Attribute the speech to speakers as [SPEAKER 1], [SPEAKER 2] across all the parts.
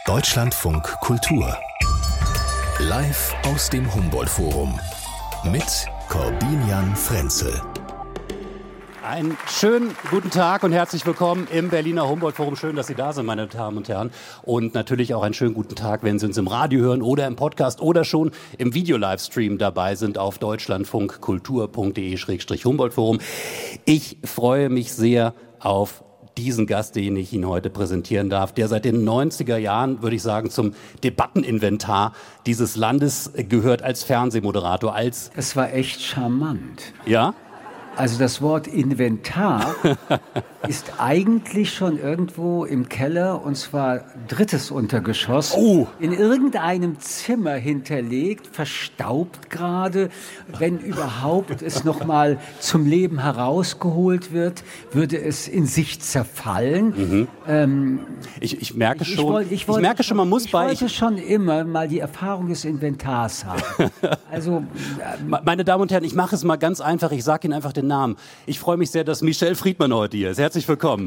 [SPEAKER 1] Deutschlandfunk Kultur. Live aus dem Humboldt-Forum mit Corbinian Frenzel.
[SPEAKER 2] Einen schönen guten Tag und herzlich willkommen im Berliner Humboldt-Forum. Schön, dass Sie da sind, meine Damen und Herren. Und natürlich auch einen schönen guten Tag, wenn Sie uns im Radio hören oder im Podcast oder schon im Video-Livestream dabei sind auf deutschlandfunkkultur.de/Humboldt-Forum. Ich freue mich sehr auf diesen Gast, den ich Ihnen heute präsentieren darf, der seit den 90er Jahren, würde ich sagen, zum Debatteninventar dieses Landes gehört als Fernsehmoderator,
[SPEAKER 3] Es war echt charmant.
[SPEAKER 2] Ja?
[SPEAKER 3] Also das Wort Inventar ist eigentlich schon irgendwo im Keller, und zwar drittes Untergeschoss, in irgendeinem Zimmer hinterlegt, verstaubt gerade. Wenn überhaupt es nochmal zum Leben herausgeholt wird, würde es in sich zerfallen.
[SPEAKER 2] Ich merke schon, man muss
[SPEAKER 3] Ich wollte schon immer mal die Erfahrung des Inventars haben. Also,
[SPEAKER 2] meine Damen und Herren, ich mache es mal ganz einfach, ich sage Ihnen einfach den Namen. Ich freue mich sehr, dass Michelle Friedmann heute hier ist. Herzlich willkommen.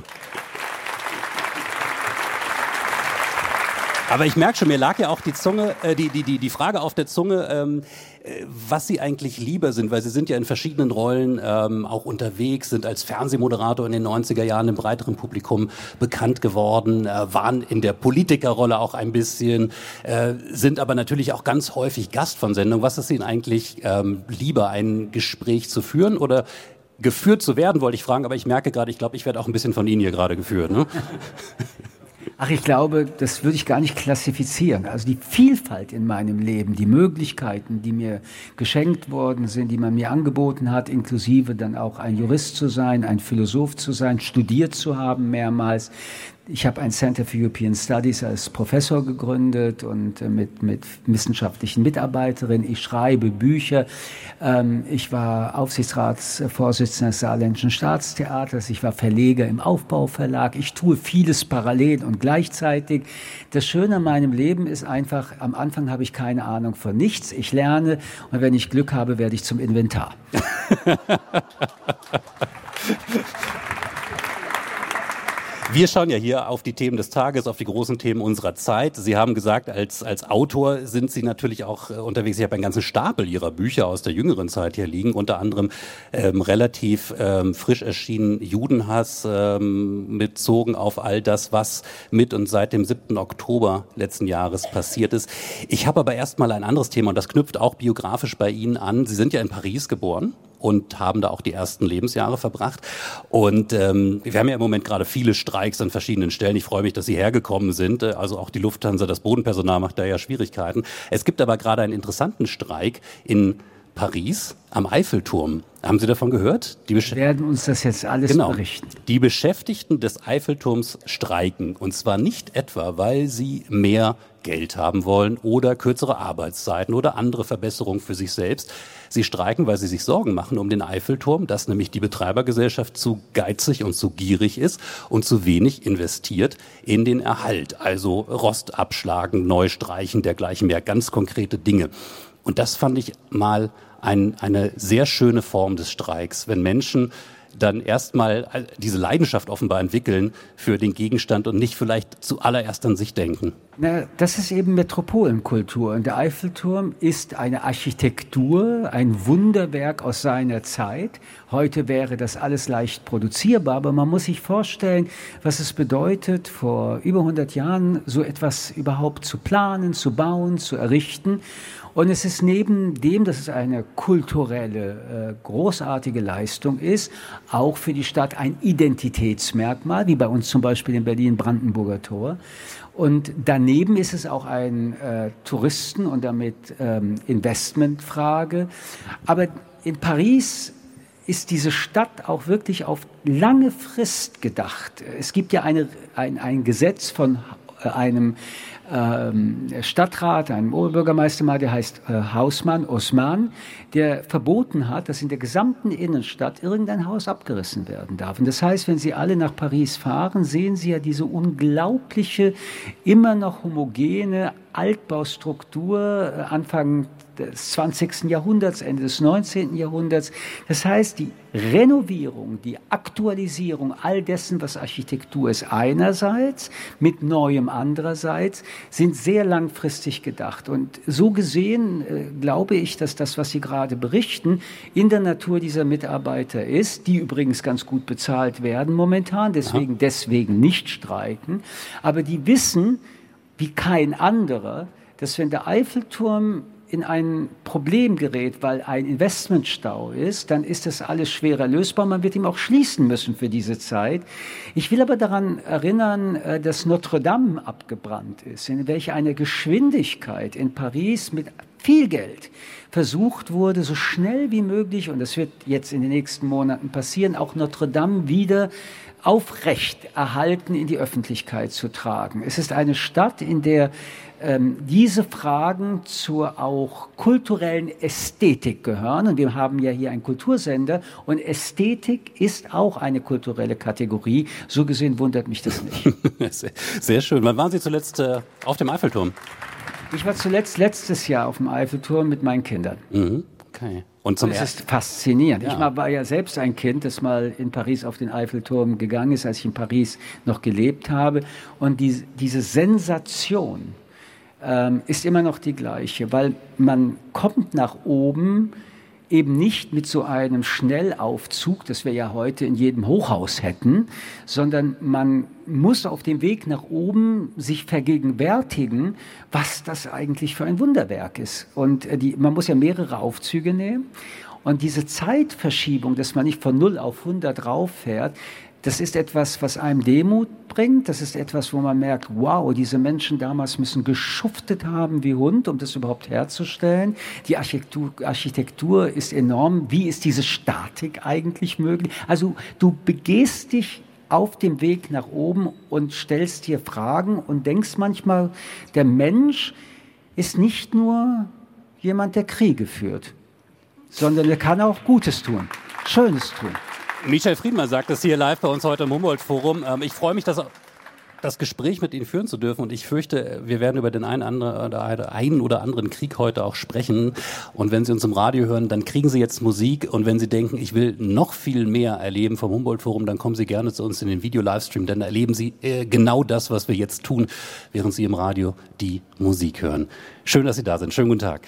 [SPEAKER 2] Aber ich merke schon, mir lag ja auch die Frage auf der Zunge, was Sie eigentlich lieber sind, weil Sie sind ja in verschiedenen Rollen auch unterwegs, sind als Fernsehmoderator in den 90er Jahren im breiteren Publikum bekannt geworden, waren in der Politikerrolle auch ein bisschen, sind aber natürlich auch ganz häufig Gast von Sendungen. Was ist Ihnen eigentlich lieber, ein Gespräch zu führen oder geführt zu werden, wollte ich fragen, aber ich merke gerade, ich glaube, ich werde auch ein bisschen von Ihnen hier gerade geführt, ne?
[SPEAKER 3] Ach, ich glaube, das würde ich gar nicht klassifizieren. Also die Vielfalt in meinem Leben, die Möglichkeiten, die mir geschenkt worden sind, die man mir angeboten hat, inklusive dann auch ein Jurist zu sein, ein Philosoph zu sein, studiert zu haben mehrmals. Ich habe ein Center for European Studies als Professor gegründet und mit wissenschaftlichen Mitarbeiterinnen. Ich schreibe Bücher. Ich war Aufsichtsratsvorsitzender des Saarländischen Staatstheaters. Ich war Verleger im Aufbauverlag. Ich tue vieles parallel und gleichzeitig. Das Schöne an meinem Leben ist einfach, am Anfang habe ich keine Ahnung von nichts. Ich lerne und wenn ich Glück habe, werde ich zum Inventar.
[SPEAKER 2] Wir schauen ja hier auf die Themen des Tages, auf die großen Themen unserer Zeit. Sie haben gesagt, als Autor sind Sie natürlich auch unterwegs. Ich habe einen ganzen Stapel Ihrer Bücher aus der jüngeren Zeit hier liegen, unter anderem relativ frisch erschienen Judenhass, bezogen auf all das, was mit und seit dem 7. Oktober letzten Jahres passiert ist. Ich habe aber erstmal ein anderes Thema und das knüpft auch biografisch bei Ihnen an. Sie sind ja in Paris geboren und haben da auch die ersten Lebensjahre verbracht. Und wir haben ja im Moment gerade viele Streiks an verschiedenen Stellen. Ich freue mich, dass Sie hergekommen sind. Also auch die Lufthansa, das Bodenpersonal macht da ja Schwierigkeiten. Es gibt aber gerade einen interessanten Streik in Paris am Eiffelturm. Haben Sie davon gehört?
[SPEAKER 3] Wir werden uns das jetzt alles berichten.
[SPEAKER 2] Die Beschäftigten des Eiffelturms streiken. Und zwar nicht etwa, weil sie mehr Geld haben wollen oder kürzere Arbeitszeiten oder andere Verbesserungen für sich selbst. Sie streiken, weil sie sich Sorgen machen um den Eiffelturm, dass nämlich die Betreibergesellschaft zu geizig und zu gierig ist und zu wenig investiert in den Erhalt. Also Rost abschlagen, neu streichen, dergleichen mehr, ganz konkrete Dinge. Und das fand ich mal eine sehr schöne Form des Streiks, wenn Menschen dann erstmal diese Leidenschaft offenbar entwickeln für den Gegenstand und nicht vielleicht zuallererst an sich denken.
[SPEAKER 3] Na, das ist eben Metropolenkultur. Und der Eiffelturm ist eine Architektur, ein Wunderwerk aus seiner Zeit. Heute wäre das alles leicht produzierbar, aber man muss sich vorstellen, was es bedeutet, vor über 100 Jahren so etwas überhaupt zu planen, zu bauen, zu errichten. Und es ist neben dem, dass es eine kulturelle, großartige Leistung ist, auch für die Stadt ein Identitätsmerkmal, wie bei uns zum Beispiel in Berlin Brandenburger Tor. Und daneben ist es auch ein Touristen- und damit Investmentfrage. Aber in Paris ist diese Stadt auch wirklich auf lange Frist gedacht. Es gibt ja ein Gesetz von einem Stadtrat, einem Oberbürgermeister mal, der heißt Osman, der verboten hat, dass in der gesamten Innenstadt irgendein Haus abgerissen werden darf. Und das heißt, wenn Sie alle nach Paris fahren, sehen Sie ja diese unglaubliche, immer noch homogene, Altbaustruktur, Anfang des 20. Jahrhunderts, Ende des 19. Jahrhunderts. Das heißt, die Renovierung, die Aktualisierung all dessen, was Architektur ist, einerseits, mit Neuem andererseits, sind sehr langfristig gedacht. Und so gesehen glaube ich, dass das, was Sie gerade berichten, in der Natur dieser Mitarbeiter ist, die übrigens ganz gut bezahlt werden momentan, deswegen nicht streiken, aber die wissen, wie kein anderer, dass wenn der Eiffelturm in ein Problem gerät, weil ein Investmentstau ist, dann ist das alles schwerer lösbar. Man wird ihn auch schließen müssen für diese Zeit. Ich will aber daran erinnern, dass Notre Dame abgebrannt ist, in welcher eine Geschwindigkeit in Paris mit viel Geld versucht wurde, so schnell wie möglich, und das wird jetzt in den nächsten Monaten passieren, auch Notre Dame wieder aufrecht erhalten in die Öffentlichkeit zu tragen. Es ist eine Stadt, in der diese Fragen zur auch kulturellen Ästhetik gehören. Und wir haben ja hier einen Kultursender und Ästhetik ist auch eine kulturelle Kategorie. So gesehen wundert mich das nicht.
[SPEAKER 2] Sehr schön. Wann waren Sie zuletzt auf dem Eiffelturm?
[SPEAKER 3] Ich war zuletzt letztes Jahr auf dem Eiffelturm mit meinen Kindern.
[SPEAKER 2] Mhm. Okay. Und
[SPEAKER 3] das ist faszinierend. Ja. Ich war ja selbst ein Kind, das mal in Paris auf den Eiffelturm gegangen ist, als ich in Paris noch gelebt habe. Und diese Sensation ist immer noch die gleiche, weil man kommt nach oben eben nicht mit so einem Schnellaufzug, das wir ja heute in jedem Hochhaus hätten, sondern man muss auf dem Weg nach oben sich vergegenwärtigen, was das eigentlich für ein Wunderwerk ist. Und man muss ja mehrere Aufzüge nehmen. Und diese Zeitverschiebung, dass man nicht von 0 auf 100 rauffährt, das ist etwas, was einem Demut bringt. Das ist etwas, wo man merkt, wow, diese Menschen damals müssen geschuftet haben wie Hund, um das überhaupt herzustellen. Die Architektur ist enorm. Wie ist diese Statik eigentlich möglich? Also du begehst dich auf dem Weg nach oben und stellst dir Fragen und denkst manchmal, der Mensch ist nicht nur jemand, der Kriege führt, sondern er kann auch Gutes tun, Schönes tun.
[SPEAKER 2] Michel Friedmann sagt das hier live bei uns heute im Humboldt-Forum. Ich freue mich, das Gespräch mit Ihnen führen zu dürfen und ich fürchte, wir werden über den einen oder anderen Krieg heute auch sprechen. Und wenn Sie uns im Radio hören, dann kriegen Sie jetzt Musik und wenn Sie denken, ich will noch viel mehr erleben vom Humboldt-Forum, dann kommen Sie gerne zu uns in den Video-Livestream, denn da erleben Sie genau das, was wir jetzt tun, während Sie im Radio die Musik hören. Schön, dass Sie da sind. Schönen guten Tag.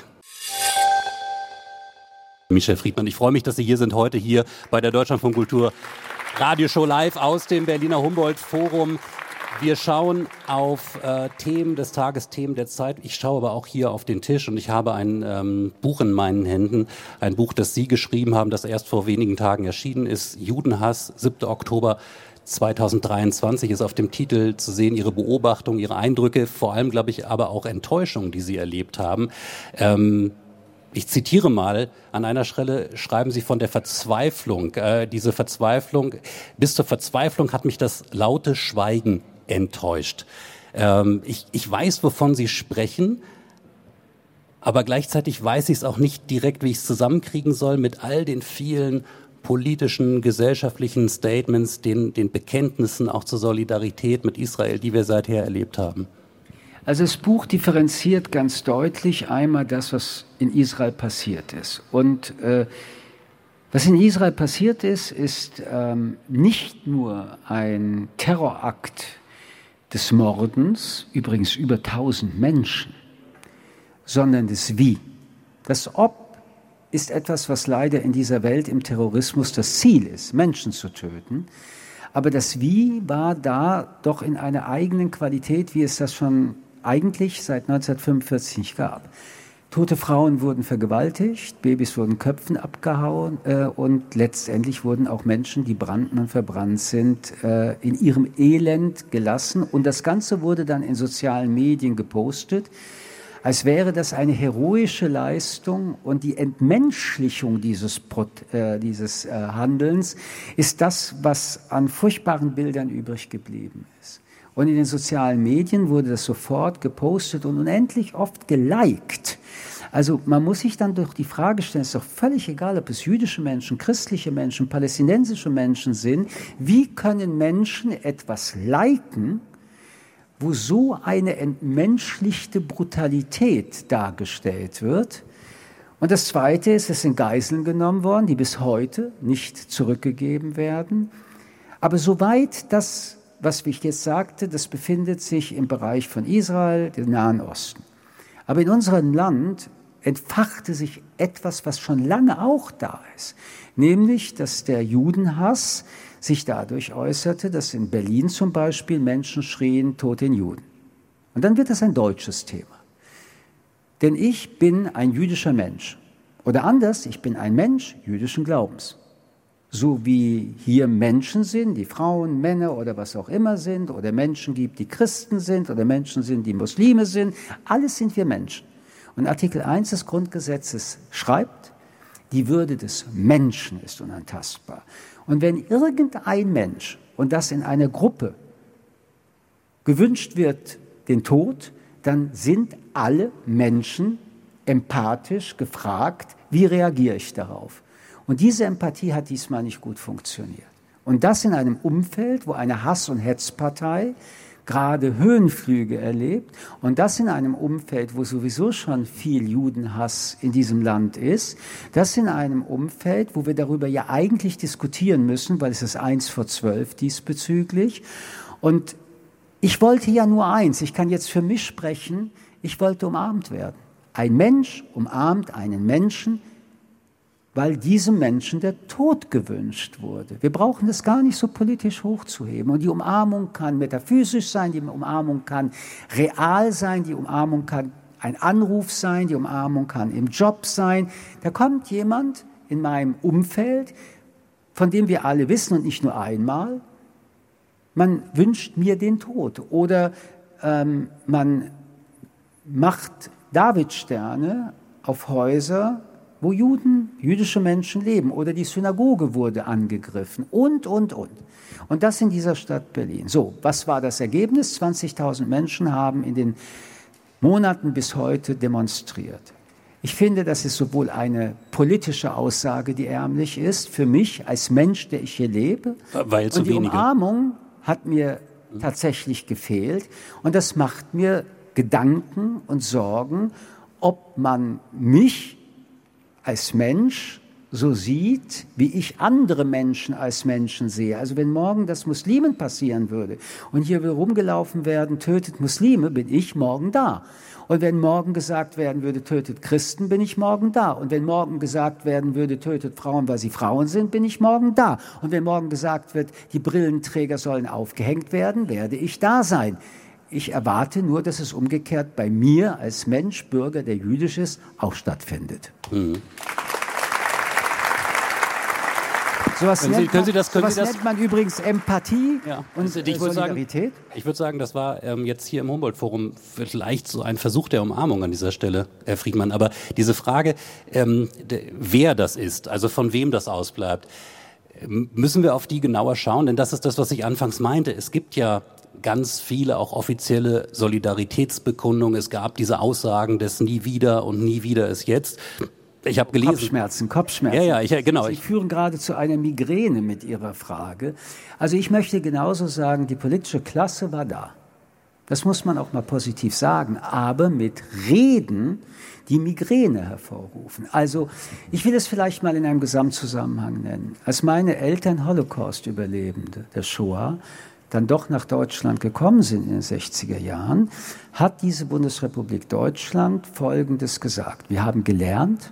[SPEAKER 2] Michel Friedmann, ich freue mich, dass Sie hier sind, heute hier bei der Deutschlandfunk Kultur Radioshow live aus dem Berliner Humboldt-Forum. Wir schauen auf Themen des Tages, Themen der Zeit. Ich schaue aber auch hier auf den Tisch und ich habe ein Buch in meinen Händen. Ein Buch, das Sie geschrieben haben, das erst vor wenigen Tagen erschienen ist. Judenhass, 7. Oktober 2023 ist auf dem Titel zu sehen, Ihre Beobachtung, Ihre Eindrücke, vor allem, glaube ich, aber auch Enttäuschungen, die Sie erlebt haben. Ich zitiere mal, an einer Stelle schreiben Sie von der Verzweiflung. Diese Verzweiflung, bis zur Verzweiflung hat mich das laute Schweigen enttäuscht. Ich weiß, wovon Sie sprechen, aber gleichzeitig weiß ich es auch nicht direkt, wie ich es zusammenkriegen soll mit all den vielen politischen, gesellschaftlichen Statements, den Bekenntnissen auch zur Solidarität mit Israel, die wir seither erlebt haben.
[SPEAKER 3] Also das Buch differenziert ganz deutlich einmal das, was in Israel passiert ist. Und was in Israel passiert ist, ist nicht nur ein Terrorakt des Mordens, übrigens über 1000 Menschen, sondern das Wie. Das Ob ist etwas, was leider in dieser Welt im Terrorismus das Ziel ist, Menschen zu töten. Aber das Wie war da doch in einer eigenen Qualität, wie es das schon eigentlich seit 1945 nicht gab. Tote Frauen wurden vergewaltigt, Babys wurden Köpfen abgehauen und letztendlich wurden auch Menschen, die brannten und verbrannt sind, in ihrem Elend gelassen. Und das Ganze wurde dann in sozialen Medien gepostet, als wäre das eine heroische Leistung, und die Entmenschlichung dieses Handelns ist das, was an furchtbaren Bildern übrig geblieben ist. Und in den sozialen Medien wurde das sofort gepostet und unendlich oft geliked. Also man muss sich dann durch die Frage stellen, es ist doch völlig egal, ob es jüdische Menschen, christliche Menschen, palästinensische Menschen sind, wie können Menschen etwas liken, wo so eine entmenschlichte Brutalität dargestellt wird. Und das Zweite ist, es sind Geiseln genommen worden, die bis heute nicht zurückgegeben werden. Aber soweit das, was ich jetzt sagte, das befindet sich im Bereich von Israel, dem Nahen Osten. Aber in unserem Land entfachte sich etwas, was schon lange auch da ist, nämlich, dass der Judenhass sich dadurch äußerte, dass in Berlin zum Beispiel Menschen schrien, Tod den Juden. Und dann wird das ein deutsches Thema. Denn ich bin ein jüdischer Mensch. Oder anders, ich bin ein Mensch jüdischen Glaubens. So wie hier Menschen sind, die Frauen, Männer oder was auch immer sind, oder Menschen gibt, die Christen sind, oder Menschen sind, die Muslime sind. Alles sind wir Menschen. Und Artikel 1 des Grundgesetzes schreibt, die Würde des Menschen ist unantastbar. Und wenn irgendein Mensch, und das in einer Gruppe, gewünscht wird, den Tod, dann sind alle Menschen empathisch gefragt, wie reagiere ich darauf? Und diese Empathie hat diesmal nicht gut funktioniert. Und das in einem Umfeld, wo eine Hass- und Hetzpartei gerade Höhenflüge erlebt, und das in einem Umfeld, wo sowieso schon viel Judenhass in diesem Land ist, das in einem Umfeld, wo wir darüber ja eigentlich diskutieren müssen, weil es ist 11:45 diesbezüglich. Und ich wollte ja nur eins, ich kann jetzt für mich sprechen, ich wollte umarmt werden. Ein Mensch umarmt einen Menschen, weil diesem Menschen der Tod gewünscht wurde. Wir brauchen das gar nicht so politisch hochzuheben. Und die Umarmung kann metaphysisch sein, die Umarmung kann real sein, die Umarmung kann ein Anruf sein, die Umarmung kann im Job sein. Da kommt jemand in meinem Umfeld, von dem wir alle wissen und nicht nur einmal, man wünscht mir den Tod. Oder man macht Davidsterne auf Häuser, wo jüdische Menschen leben, oder die Synagoge wurde angegriffen und. Und das in dieser Stadt Berlin. So, was war das Ergebnis? 20.000 Menschen haben in den Monaten bis heute demonstriert. Ich finde, das ist sowohl eine politische Aussage, die ärmlich ist, für mich als Mensch, der ich hier lebe,
[SPEAKER 2] weil
[SPEAKER 3] und die Umarmung hat mir tatsächlich gefehlt, und das macht mir Gedanken und Sorgen, ob man mich als Mensch so sieht, wie ich andere Menschen als Menschen sehe. Also wenn morgen das Muslimen passieren würde und hier will rumgelaufen werden, tötet Muslime, bin ich morgen da. Und wenn morgen gesagt werden würde, tötet Christen, bin ich morgen da. Und wenn morgen gesagt werden würde, tötet Frauen, weil sie Frauen sind, bin ich morgen da. Und wenn morgen gesagt wird, die Brillenträger sollen aufgehängt werden, werde ich da sein. Ich erwarte nur, dass es umgekehrt bei mir als Mensch, Bürger, der jüdisch ist, auch stattfindet. Mhm. Sowas nennt man übrigens Empathie und Solidarität.
[SPEAKER 2] Ich würde sagen, das war jetzt hier im Humboldt-Forum vielleicht so ein Versuch der Umarmung an dieser Stelle, Herr Friedmann. Aber diese Frage, wer das ist, also von wem das ausbleibt, müssen wir auf die genauer schauen. Denn das ist das, was ich anfangs meinte. Es gibt ja ganz viele auch offizielle Solidaritätsbekundungen. Es gab diese Aussagen des Nie wieder und Nie wieder ist jetzt. Ich habe gelesen.
[SPEAKER 3] Kopfschmerzen.
[SPEAKER 2] Ja, genau.
[SPEAKER 3] Sie führen gerade zu einer Migräne mit Ihrer Frage. Also ich möchte genauso sagen, die politische Klasse war da. Das muss man auch mal positiv sagen. Aber mit Reden die Migräne hervorrufen. Also ich will es vielleicht mal in einem Gesamtzusammenhang nennen. Als meine Eltern Holocaust-Überlebende der Shoah dann doch nach Deutschland gekommen sind in den 60er Jahren, hat diese Bundesrepublik Deutschland Folgendes gesagt. Wir haben gelernt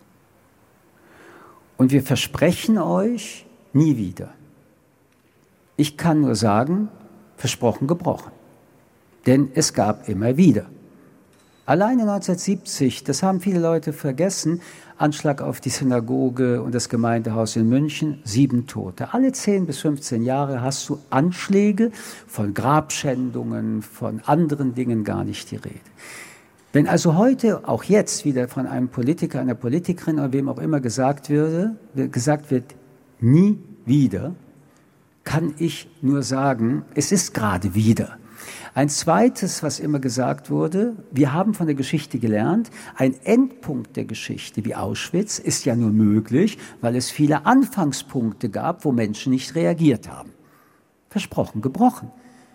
[SPEAKER 3] und wir versprechen euch nie wieder. Ich kann nur sagen, versprochen, gebrochen. Denn es gab immer wieder. Alleine 1970, das haben viele Leute vergessen, Anschlag auf die Synagoge und das Gemeindehaus in München, 7 Tote. Alle 10 bis 15 Jahre hast du Anschläge von Grabschändungen, von anderen Dingen gar nicht die Rede. Wenn also heute, auch jetzt wieder von einem Politiker, einer Politikerin oder wem auch immer gesagt wird, nie wieder, kann ich nur sagen, es ist gerade wieder. Ein zweites, was immer gesagt wurde, wir haben von der Geschichte gelernt, ein Endpunkt der Geschichte wie Auschwitz ist ja nur möglich, weil es viele Anfangspunkte gab, wo Menschen nicht reagiert haben. Versprochen, gebrochen.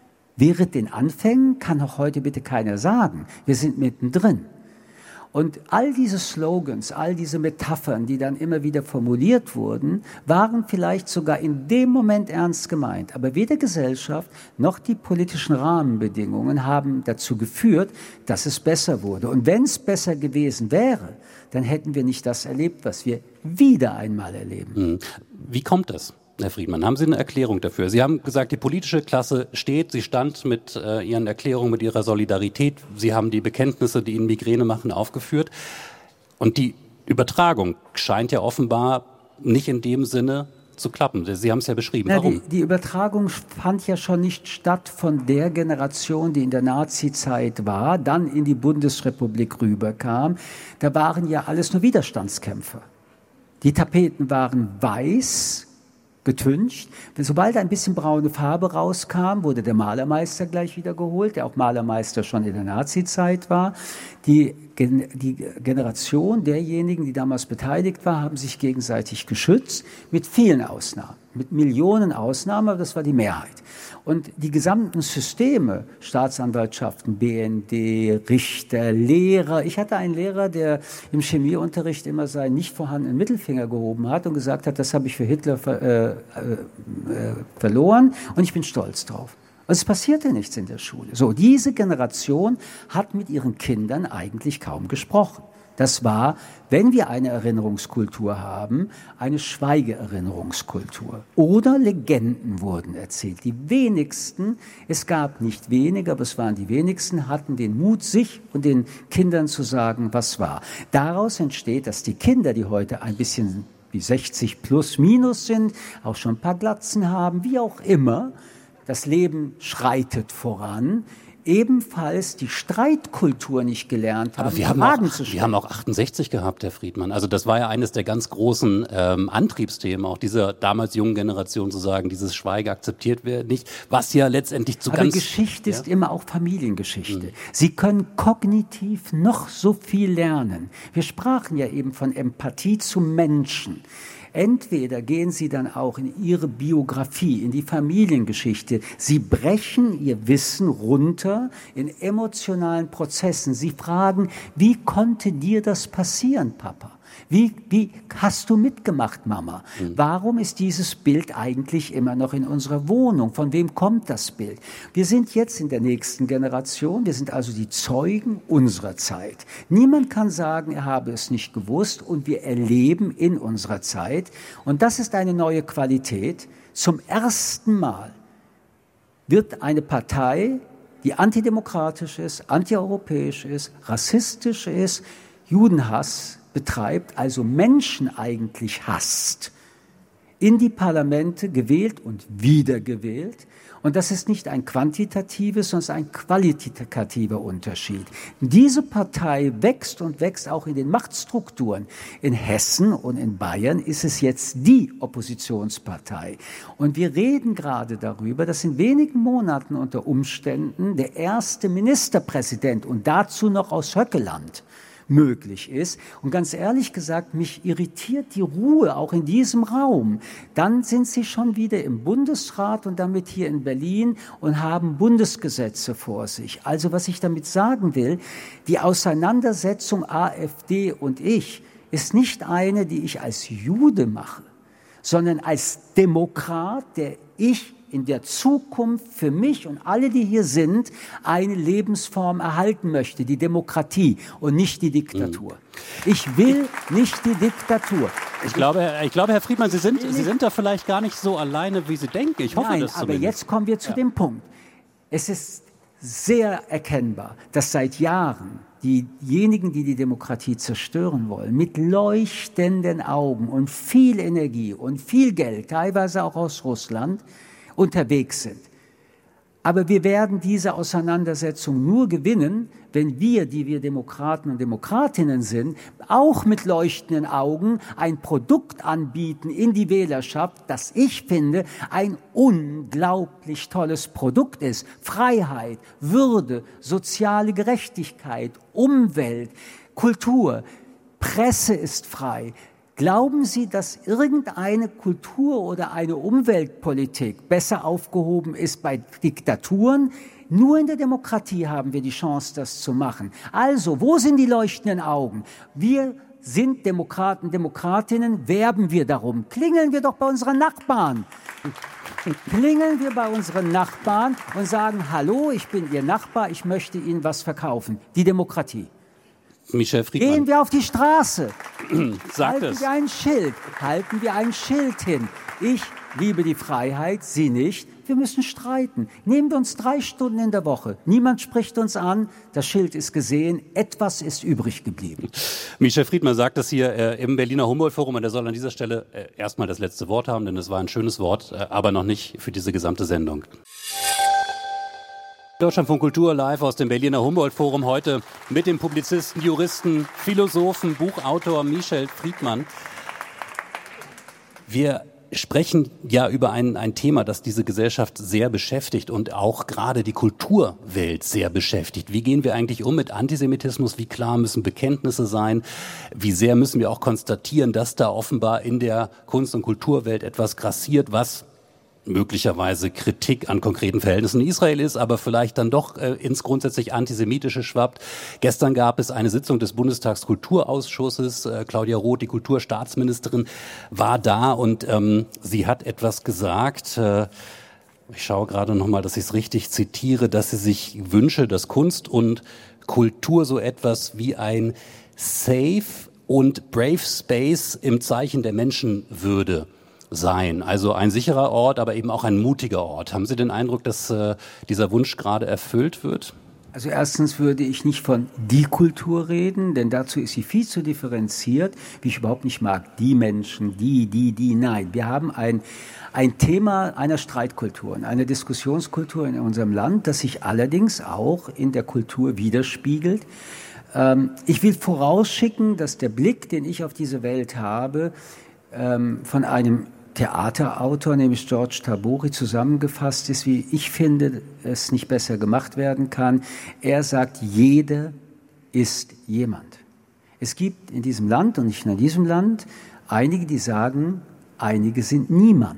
[SPEAKER 3] Während den Anfängen kann auch heute bitte keiner sagen. Wir sind mittendrin. Und all diese Slogans, all diese Metaphern, die dann immer wieder formuliert wurden, waren vielleicht sogar in dem Moment ernst gemeint. Aber weder Gesellschaft noch die politischen Rahmenbedingungen haben dazu geführt, dass es besser wurde. Und wenn es besser gewesen wäre, dann hätten wir nicht das erlebt, was wir wieder einmal erleben.
[SPEAKER 2] Wie kommt das, Herr Friedmann? Haben Sie eine Erklärung dafür? Sie haben gesagt, die politische Klasse steht, sie stand mit Ihren Erklärungen, mit Ihrer Solidarität. Sie haben die Bekenntnisse, die Ihnen Migräne machen, aufgeführt. Und die Übertragung scheint ja offenbar nicht in dem Sinne zu klappen. Sie haben es ja beschrieben. Warum?
[SPEAKER 3] Die Übertragung fand ja schon nicht statt von der Generation, die in der Nazi-Zeit war, dann in die Bundesrepublik rüberkam. Da waren ja alles nur Widerstandskämpfer. Die Tapeten waren weiß, getüncht. Sobald ein bisschen braune Farbe rauskam, wurde der Malermeister gleich wieder geholt, der auch Malermeister schon in der Nazi-Zeit war. Die Generation derjenigen, die damals beteiligt war, haben sich gegenseitig geschützt, mit vielen Ausnahmen, mit Millionen Ausnahmen, aber das war die Mehrheit. Und die gesamten Systeme, Staatsanwaltschaften, BND, Richter, Lehrer. Ich hatte einen Lehrer, der im Chemieunterricht immer seinen nicht vorhandenen Mittelfinger gehoben hat und gesagt hat, das habe ich für Hitler verloren und ich bin stolz drauf. Also es passierte nichts in der Schule. So, diese Generation hat mit ihren Kindern eigentlich kaum gesprochen. Das war, wenn wir eine Erinnerungskultur haben, eine Schweigeerinnerungskultur. Oder Legenden wurden erzählt. Die wenigsten, es gab nicht wenige, aber es waren die wenigsten, hatten den Mut, sich und den Kindern zu sagen, was war. Daraus entsteht, dass die Kinder, die heute ein bisschen wie 60 plus minus sind, auch schon ein paar Glatzen haben, wie auch immer, das Leben schreitet voran, ebenfalls die Streitkultur nicht gelernt haben.
[SPEAKER 2] Aber wir haben auch 68 gehabt, Herr Friedmann. Also das war ja eines der ganz großen Antriebsthemen, auch dieser damals jungen Generation zu sagen, dieses Schweigen akzeptiert wird nicht, was ja letztendlich zu
[SPEAKER 3] Aber Geschichte ist immer auch Familiengeschichte. Sie können kognitiv noch so viel lernen. Wir sprachen ja eben von Empathie zu Menschen. Entweder gehen Sie dann auch in Ihre Biografie, in die Familiengeschichte. Sie brechen Ihr Wissen runter in emotionalen Prozessen. Sie fragen, wie konnte dir das passieren, Papa? Wie hast du mitgemacht, Mama? Warum ist dieses Bild eigentlich immer noch in unserer Wohnung? Von wem kommt das Bild? Wir sind jetzt in der nächsten Generation. Wir sind also die Zeugen unserer Zeit. Niemand kann sagen, er habe es nicht gewusst. Und wir erleben in unserer Zeit. Und das ist eine neue Qualität. Zum ersten Mal wird eine Partei, die antidemokratisch ist, antieuropäisch ist, rassistisch ist, Judenhass betreibt, also Menschen eigentlich hasst, in die Parlamente gewählt und wiedergewählt. Und das ist nicht ein quantitatives, sondern ein qualitativer Unterschied. Diese Partei wächst und wächst auch in den Machtstrukturen. In Hessen und in Bayern ist es jetzt die Oppositionspartei. Und wir reden gerade darüber, dass in wenigen Monaten unter Umständen der erste Ministerpräsident und dazu noch aus Höckeland möglich ist. Und ganz ehrlich gesagt, mich irritiert die Ruhe auch in diesem Raum. Dann sind Sie schon wieder im Bundesrat und damit hier in Berlin und haben Bundesgesetze vor sich. Also was ich damit sagen will, die Auseinandersetzung AfD und ich ist nicht eine, die ich als Jude mache, sondern als Demokrat, der ich in der Zukunft für mich und alle, die hier sind, eine Lebensform erhalten möchte, die Demokratie und nicht die Diktatur. Ich will nicht die Diktatur.
[SPEAKER 2] Ich glaube, Herr Friedmann, Sie sind da vielleicht gar nicht so alleine, wie Sie denken. Ich hoffe, das
[SPEAKER 3] aber jetzt kommen wir zu dem Punkt. Es ist sehr erkennbar, dass seit Jahren diejenigen, die die Demokratie zerstören wollen, mit leuchtenden Augen und viel Energie und viel Geld, teilweise auch aus Russland, unterwegs sind. Aber wir werden diese Auseinandersetzung nur gewinnen, wenn wir, die wir Demokraten und Demokratinnen sind, auch mit leuchtenden Augen ein Produkt anbieten in die Wählerschaft, das ich finde ein unglaublich tolles Produkt ist. Freiheit, Würde, soziale Gerechtigkeit, Umwelt, Kultur, Presse ist frei. Glauben Sie, dass irgendeine Kultur- oder eine Umweltpolitik besser aufgehoben ist bei Diktaturen? Nur in der Demokratie haben wir die Chance, das zu machen. Also, wo sind die leuchtenden Augen? Wir sind Demokraten, Demokratinnen, werben wir darum. Klingeln wir doch bei unseren Nachbarn. Klingeln wir bei unseren Nachbarn und sagen, hallo, ich bin Ihr Nachbar, ich möchte Ihnen was verkaufen. Die Demokratie.
[SPEAKER 2] Michel Friedmann.
[SPEAKER 3] Gehen wir auf die Straße.
[SPEAKER 2] Halten
[SPEAKER 3] wir ein Schild hin. Ich liebe die Freiheit, Sie nicht. Wir müssen streiten. Nehmen wir uns 3 Stunden in der Woche. Niemand spricht uns an. Das Schild ist gesehen. Etwas ist übrig geblieben.
[SPEAKER 2] Michel Friedmann sagt das hier im Berliner Humboldt-Forum und er soll an dieser Stelle erstmal das letzte Wort haben, denn es war ein schönes Wort, aber noch nicht für diese gesamte Sendung. Deutschlandfunk Kultur live aus dem Berliner Humboldt-Forum heute mit dem Publizisten, Juristen, Philosophen, Buchautor Michel Friedmann. Wir sprechen ja über ein Thema, das diese Gesellschaft sehr beschäftigt und auch gerade die Kulturwelt sehr beschäftigt. Wie gehen wir eigentlich um mit Antisemitismus? Wie klar müssen Bekenntnisse sein? Wie sehr müssen wir auch konstatieren, dass da offenbar in der Kunst- und Kulturwelt etwas grassiert, was möglicherweise Kritik an konkreten Verhältnissen in Israel ist, aber vielleicht dann doch ins grundsätzlich Antisemitische schwappt. Gestern gab es eine Sitzung des Bundestagskulturausschusses. Claudia Roth, die Kulturstaatsministerin, war da und sie hat etwas gesagt. Ich schaue gerade nochmal, dass ich es richtig zitiere, dass sie sich wünsche, dass Kunst und Kultur so etwas wie ein Safe und Brave Space im Zeichen der Menschenwürde sein. Also ein sicherer Ort, aber eben auch ein mutiger Ort. Haben Sie den Eindruck, dass dieser Wunsch gerade erfüllt wird?
[SPEAKER 3] Also erstens würde ich nicht von die Kultur reden, denn dazu ist sie viel zu differenziert, wie ich überhaupt nicht mag. Die Menschen, die, nein. Wir haben ein Thema einer Streitkultur, einer Diskussionskultur in unserem Land, das sich allerdings auch in der Kultur widerspiegelt. Ich will vorausschicken, dass der Blick, den ich auf diese Welt habe, von einem Theaterautor, nämlich George Tabori, zusammengefasst ist, wie ich finde, es nicht besser gemacht werden kann. Er sagt, jeder ist jemand. Es gibt in diesem Land und nicht nur in diesem Land einige, die sagen, einige sind niemand.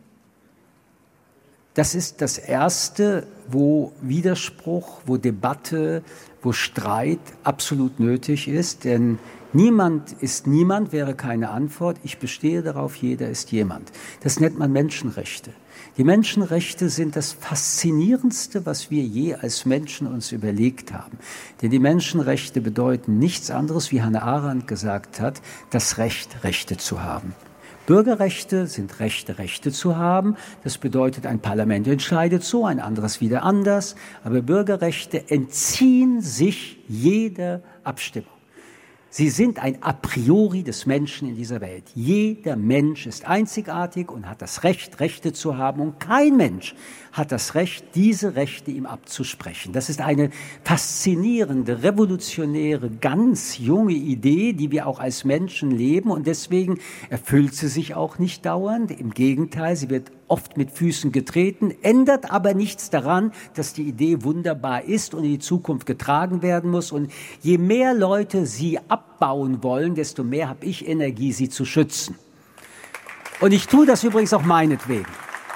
[SPEAKER 3] Das ist das Erste, wo Widerspruch, wo Debatte, wo Streit absolut nötig ist, denn niemand ist niemand, wäre keine Antwort. Ich bestehe darauf, jeder ist jemand. Das nennt man Menschenrechte. Die Menschenrechte sind das Faszinierendste, was wir je als Menschen uns überlegt haben. Denn die Menschenrechte bedeuten nichts anderes, wie Hannah Arendt gesagt hat, das Recht, Rechte zu haben. Bürgerrechte sind Rechte, Rechte zu haben. Das bedeutet, ein Parlament entscheidet so, ein anderes wieder anders. Aber Bürgerrechte entziehen sich jeder Abstimmung. Sie sind ein A priori des Menschen in dieser Welt. Jeder Mensch ist einzigartig und hat das Recht, Rechte zu haben. Und kein Mensch hat das Recht, diese Rechte ihm abzusprechen. Das ist eine faszinierende, revolutionäre, ganz junge Idee, die wir auch als Menschen leben. Und deswegen erfüllt sie sich auch nicht dauernd. Im Gegenteil, sie wird oft mit Füßen getreten, ändert aber nichts daran, dass die Idee wunderbar ist und in die Zukunft getragen werden muss. Und je mehr Leute sie abbauen wollen, desto mehr habe ich Energie, sie zu schützen. Und ich tue das übrigens auch meinetwegen.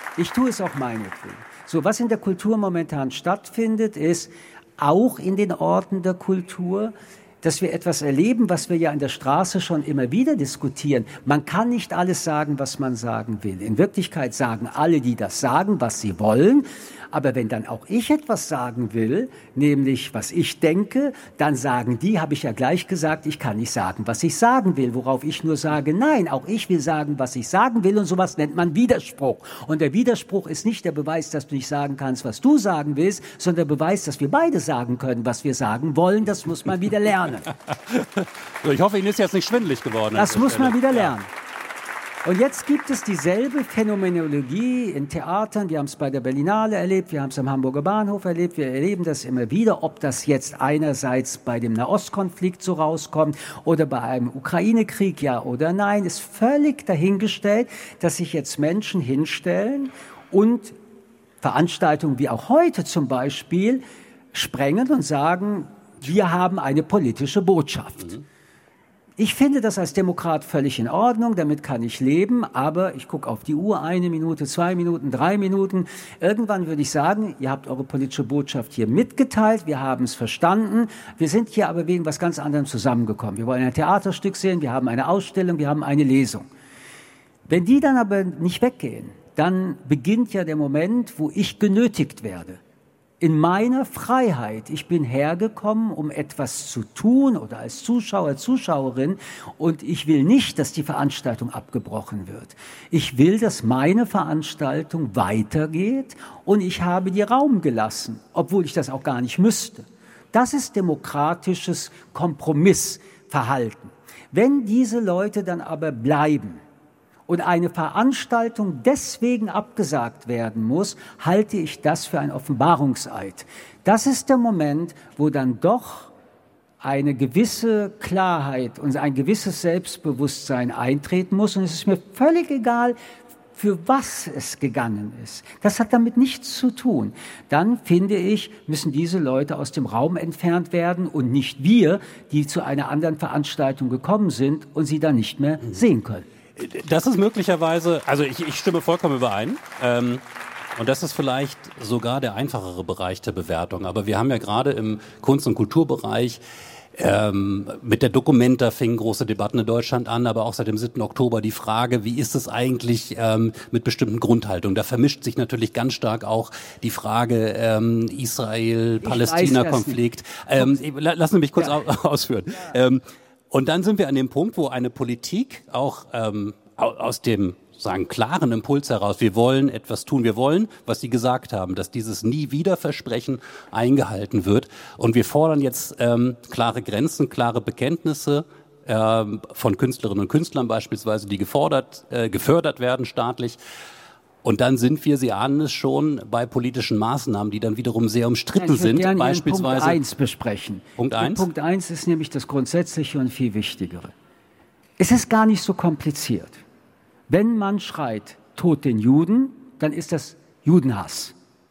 [SPEAKER 3] So, was in der Kultur momentan stattfindet, ist auch in den Orten der Kultur, dass wir etwas erleben, was wir ja in der Straße schon immer wieder diskutieren. Man kann nicht alles sagen, was man sagen will. In Wirklichkeit sagen alle, die das sagen, was sie wollen. Aber wenn dann auch ich etwas sagen will, nämlich was ich denke, dann sagen die, habe ich ja gleich gesagt, ich kann nicht sagen, was ich sagen will. Worauf ich nur sage, nein, auch ich will sagen, was ich sagen will. Und sowas nennt man Widerspruch. Und der Widerspruch ist nicht der Beweis, dass du nicht sagen kannst, was du sagen willst, sondern der Beweis, dass wir beide sagen können, was wir sagen wollen. Das muss man wieder lernen.
[SPEAKER 2] Ich hoffe, Ihnen ist jetzt nicht schwindelig geworden.
[SPEAKER 3] Das muss man wieder lernen. Und jetzt gibt es dieselbe Phänomenologie in Theatern. Wir haben es bei der Berlinale erlebt, wir haben es am Hamburger Bahnhof erlebt, wir erleben das immer wieder. Ob das jetzt einerseits bei dem Nahostkonflikt so rauskommt oder bei einem Ukraine-Krieg, ja oder nein, ist völlig dahingestellt, dass sich jetzt Menschen hinstellen und Veranstaltungen wie auch heute zum Beispiel sprengen und sagen, wir haben eine politische Botschaft. Ich finde das als Demokrat völlig in Ordnung, damit kann ich leben, aber ich gucke auf die Uhr, 1 Minute, 2 Minuten, 3 Minuten. Irgendwann würde ich sagen, ihr habt eure politische Botschaft hier mitgeteilt, wir haben es verstanden, wir sind hier aber wegen was ganz anderem zusammengekommen. Wir wollen ein Theaterstück sehen, wir haben eine Ausstellung, wir haben eine Lesung. Wenn die dann aber nicht weggehen, dann beginnt ja der Moment, wo ich genötigt werde. In meiner Freiheit. Ich bin hergekommen, um etwas zu tun oder als Zuschauer, Zuschauerin und ich will nicht, dass die Veranstaltung abgebrochen wird. Ich will, dass meine Veranstaltung weitergeht und ich habe dir Raum gelassen, obwohl ich das auch gar nicht müsste. Das ist demokratisches Kompromissverhalten. Wenn diese Leute dann aber bleiben, und eine Veranstaltung deswegen abgesagt werden muss, halte ich das für einen Offenbarungseid. Das ist der Moment, wo dann doch eine gewisse Klarheit und ein gewisses Selbstbewusstsein eintreten muss. Und es ist mir völlig egal, für was es gegangen ist. Das hat damit nichts zu tun. Dann, finde ich, müssen diese Leute aus dem Raum entfernt werden und nicht wir, die zu einer anderen Veranstaltung gekommen sind und sie dann nicht mehr sehen können.
[SPEAKER 2] Das ist möglicherweise, also ich stimme vollkommen überein. Und das ist vielleicht sogar der einfachere Bereich der Bewertung. Aber wir haben ja gerade im Kunst- und Kulturbereich mit der Documenta fingen große Debatten in Deutschland an, aber auch seit dem 7. Oktober die Frage, wie ist es eigentlich mit bestimmten Grundhaltungen? Da vermischt sich natürlich ganz stark auch die Frage Israel-Palästina-Konflikt. Lassen Sie mich kurz ausführen. Ja. Und dann sind wir an dem Punkt, wo eine Politik auch aus dem klaren Impuls heraus, wir wollen etwas tun, wir wollen, was Sie gesagt haben, dass dieses Nie-Wieder-Versprechen eingehalten wird. Und wir fordern jetzt klare Grenzen, klare Bekenntnisse von Künstlerinnen und Künstlern beispielsweise, die gefördert werden staatlich. Und dann sind wir, Sie ahnen es schon, bei politischen Maßnahmen, die dann wiederum sehr umstritten sind. Beispielsweise
[SPEAKER 3] Punkt 1 besprechen.
[SPEAKER 2] Punkt 1?
[SPEAKER 3] Punkt 1 ist nämlich das Grundsätzliche und viel Wichtigere. Es ist gar nicht so kompliziert. Wenn man schreit, Tod den Juden, dann ist das Judenhass.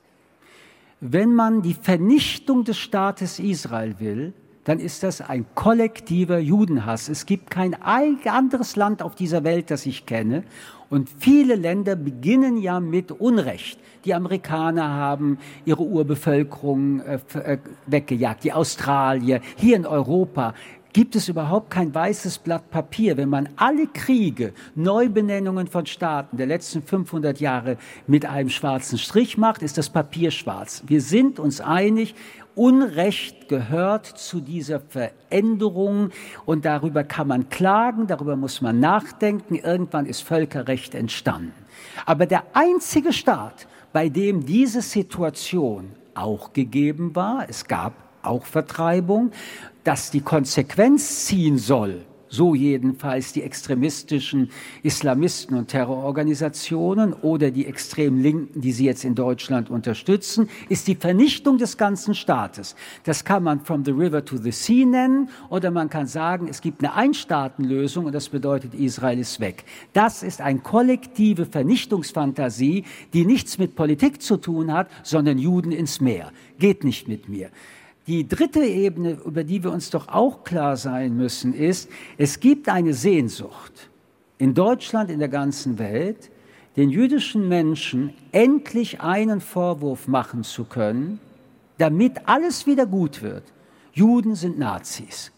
[SPEAKER 3] Wenn man die Vernichtung des Staates Israel will, dann ist das ein kollektiver Judenhass. Es gibt kein anderes Land auf dieser Welt, das ich kenne. Und viele Länder beginnen ja mit Unrecht. Die Amerikaner haben ihre Urbevölkerung weggejagt, die Australier, hier in Europa gibt es überhaupt kein weißes Blatt Papier. Wenn man alle Kriege, Neubenennungen von Staaten der letzten 500 Jahre mit einem schwarzen Strich macht, ist das Papier schwarz. Wir sind uns einig, Unrecht gehört zu dieser Veränderung und darüber kann man klagen, darüber muss man nachdenken. Irgendwann ist Völkerrecht entstanden. Aber der einzige Staat, bei dem diese Situation auch gegeben war, es gab auch Vertreibung, dass die Konsequenz ziehen soll, so jedenfalls die extremistischen Islamisten und Terrororganisationen oder die extrem Linken, die sie jetzt in Deutschland unterstützen, ist die Vernichtung des ganzen Staates. Das kann man from the river to the sea nennen oder man kann sagen, es gibt eine Einstaatenlösung und das bedeutet, Israel ist weg. Das ist eine kollektive Vernichtungsfantasie, die nichts mit Politik zu tun hat, sondern Juden ins Meer. Geht nicht mit mir. Die dritte Ebene, über die wir uns doch auch klar sein müssen, ist, es gibt eine Sehnsucht in Deutschland, in der ganzen Welt, den jüdischen Menschen endlich einen Vorwurf machen zu können, damit alles wieder gut wird. Juden sind Nazis.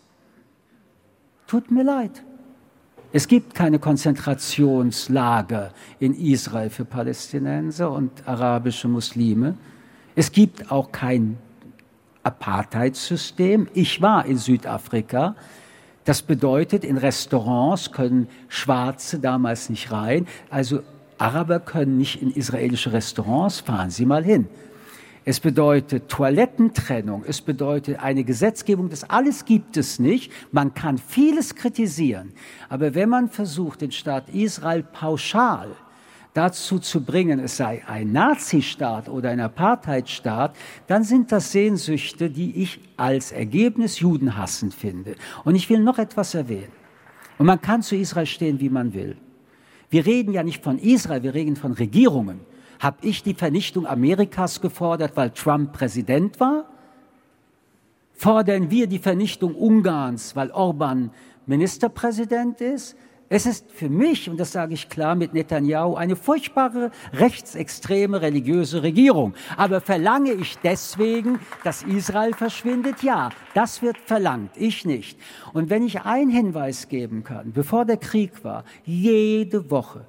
[SPEAKER 3] Tut mir leid. Es gibt keine Konzentrationslager in Israel für Palästinenser und arabische Muslime. Es gibt auch kein Apartheidssystem. Ich war in Südafrika. Das bedeutet, in Restaurants können Schwarze damals nicht rein. Also Araber können nicht in israelische Restaurants. Fahren Sie mal hin. Es bedeutet Toilettentrennung. Es bedeutet eine Gesetzgebung. Das alles gibt es nicht. Man kann vieles kritisieren. Aber wenn man versucht, den Staat Israel pauschal dazu zu bringen, es sei ein Nazistaat oder ein Apartheidstaat, dann sind das Sehnsüchte, die ich als Ergebnis judenhassend finde. Und ich will noch etwas erwähnen. Und man kann zu Israel stehen, wie man will. Wir reden ja nicht von Israel, wir reden von Regierungen. Habe ich die Vernichtung Amerikas gefordert, weil Trump Präsident war? Fordern wir die Vernichtung Ungarns, weil Orban Ministerpräsident ist? Es ist für mich, und das sage ich klar, mit Netanyahu eine furchtbare, rechtsextreme, religiöse Regierung. Aber verlange ich deswegen, dass Israel verschwindet? Ja, das wird verlangt, ich nicht. Und wenn ich einen Hinweis geben kann, bevor der Krieg war, jede Woche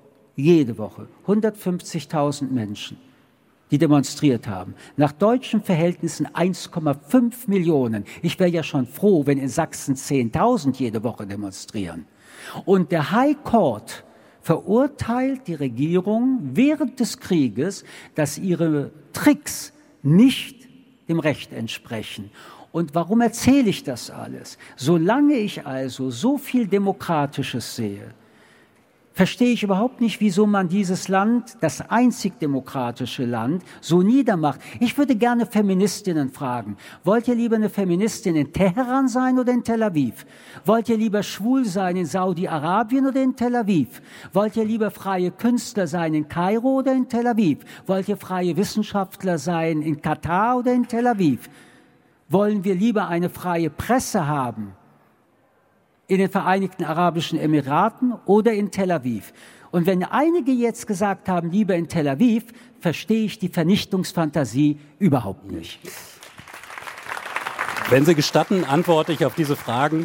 [SPEAKER 3] 150.000 Menschen, die demonstriert haben. Nach deutschen Verhältnissen 1,5 Millionen. Ich wäre ja schon froh, wenn in Sachsen 10.000 jede Woche demonstrieren. Und der High Court verurteilt die Regierung während des Krieges, dass ihre Tricks nicht dem Recht entsprechen. Und warum erzähle ich das alles? Solange ich also so viel Demokratisches sehe, verstehe ich überhaupt nicht, wieso man dieses Land, das einzig demokratische Land, so niedermacht. Ich würde gerne Feministinnen fragen, wollt ihr lieber eine Feministin in Teheran sein oder in Tel Aviv? Wollt ihr lieber schwul sein in Saudi-Arabien oder in Tel Aviv? Wollt ihr lieber freie Künstler sein in Kairo oder in Tel Aviv? Wollt ihr freie Wissenschaftler sein in Katar oder in Tel Aviv? Wollen wir lieber eine freie Presse haben in den Vereinigten Arabischen Emiraten oder in Tel Aviv? Und wenn einige jetzt gesagt haben, lieber in Tel Aviv, verstehe ich die Vernichtungsfantasie überhaupt nicht.
[SPEAKER 2] Wenn Sie gestatten, antworte ich auf diese Fragen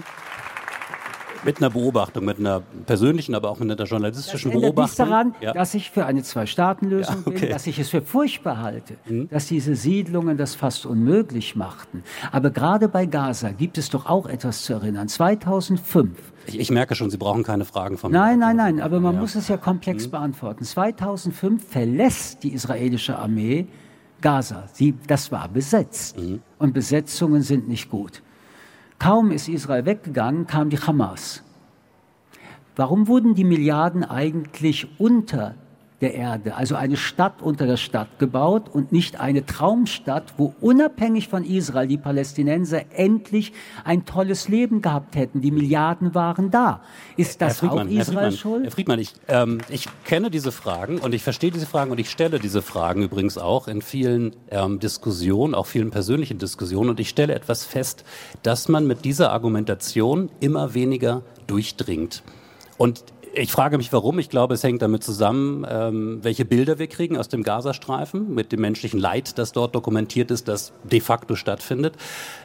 [SPEAKER 2] mit einer Beobachtung, mit einer persönlichen, aber auch mit einer journalistischen Beobachtung. Das ändert nichts
[SPEAKER 3] daran, dass ich für eine Zwei-Staaten-Lösung bin, dass ich es für furchtbar halte, dass diese Siedlungen das fast unmöglich machten. Aber gerade bei Gaza gibt es doch auch etwas zu erinnern. 2005.
[SPEAKER 2] Ich merke schon, Sie brauchen keine Fragen von mir.
[SPEAKER 3] Nein, aber man muss es ja komplex beantworten. 2005 verlässt die israelische Armee Gaza. Das war besetzt. Und Besetzungen sind nicht gut. Kaum ist Israel weggegangen, kam die Hamas. Warum wurden die Milliarden eigentlich unter der Erde, also eine Stadt unter der Stadt gebaut und nicht eine Traumstadt, wo unabhängig von Israel die Palästinenser endlich ein tolles Leben gehabt hätten? Die Milliarden waren da. Ist das auch Israels Schuld?
[SPEAKER 2] Herr Friedmann, ich kenne diese Fragen und ich verstehe diese Fragen und ich stelle diese Fragen übrigens auch in vielen Diskussionen, auch vielen persönlichen Diskussionen, und ich stelle etwas fest, dass man mit dieser Argumentation immer weniger durchdringt. Und ich frage mich, warum. Ich glaube, es hängt damit zusammen, welche Bilder wir kriegen aus dem Gazastreifen, mit dem menschlichen Leid, das dort dokumentiert ist, das de facto stattfindet.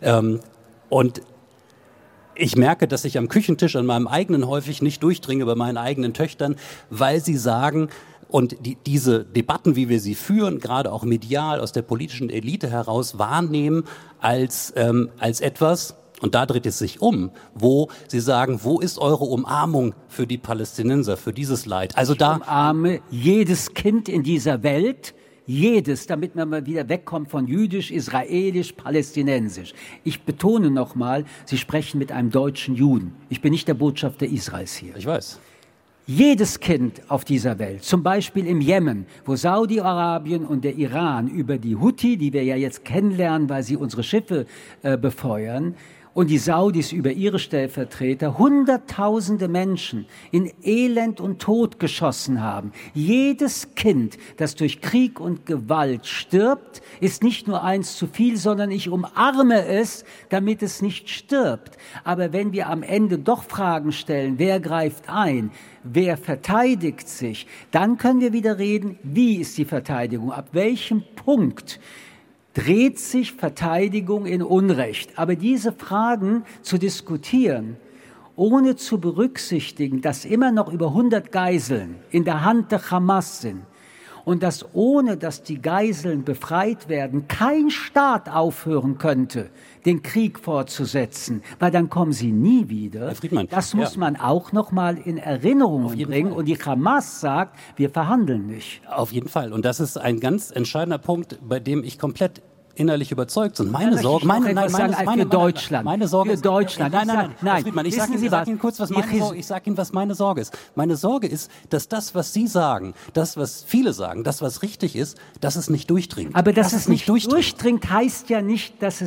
[SPEAKER 2] Und ich merke, dass ich am Küchentisch an meinem eigenen häufig nicht durchdringe bei meinen eigenen Töchtern, weil sie sagen, und diese Debatten, wie wir sie führen, gerade auch medial aus der politischen Elite heraus wahrnehmen, als etwas, und da dreht es sich um, wo sie sagen, wo ist eure Umarmung für die Palästinenser, für dieses Leid? Also
[SPEAKER 3] ich umarme jedes Kind in dieser Welt, jedes, damit man mal wieder wegkommt von jüdisch, israelisch, palästinensisch. Ich betone nochmal, Sie sprechen mit einem deutschen Juden. Ich bin nicht der Botschafter Israels hier.
[SPEAKER 2] Ich weiß.
[SPEAKER 3] Jedes Kind auf dieser Welt, zum Beispiel im Jemen, wo Saudi-Arabien und der Iran über die Houthi, die wir ja jetzt kennenlernen, weil sie unsere Schiffe befeuern, und die Saudis über ihre Stellvertreter Hunderttausende Menschen in Elend und Tod geschossen haben. Jedes Kind, das durch Krieg und Gewalt stirbt, ist nicht nur eins zu viel, sondern ich umarme es, damit es nicht stirbt. Aber wenn wir am Ende doch Fragen stellen, wer greift ein, wer verteidigt sich, dann können wir wieder reden, wie ist die Verteidigung, ab welchem Punkt dreht sich Verteidigung in Unrecht. Aber diese Fragen zu diskutieren, ohne zu berücksichtigen, dass immer noch über 100 Geiseln in der Hand der Hamas sind und dass ohne, dass die Geiseln befreit werden, kein Staat aufhören könnte, den Krieg fortzusetzen, weil dann kommen sie nie wieder.
[SPEAKER 2] Herr Friedmann,
[SPEAKER 3] das muss man auch noch mal in Erinnerung bringen. Und die Hamas sagt, wir verhandeln nicht.
[SPEAKER 2] Auf jeden Fall. Und das ist ein ganz entscheidender Punkt, bei dem ich komplett innerlich überzeugt bin. Meine Sorge,
[SPEAKER 3] für Deutschland.
[SPEAKER 2] Meine Sorge ist,
[SPEAKER 3] Deutschland.
[SPEAKER 2] Nein. Friedmann, ich sage Ihnen kurz, was meine Sorge ist. Meine Sorge ist, dass das, was Sie sagen, das, was viele sagen, das, was richtig ist, dass es nicht durchdringt.
[SPEAKER 3] Aber dass es nicht durchdringt, heißt ja nicht, dass es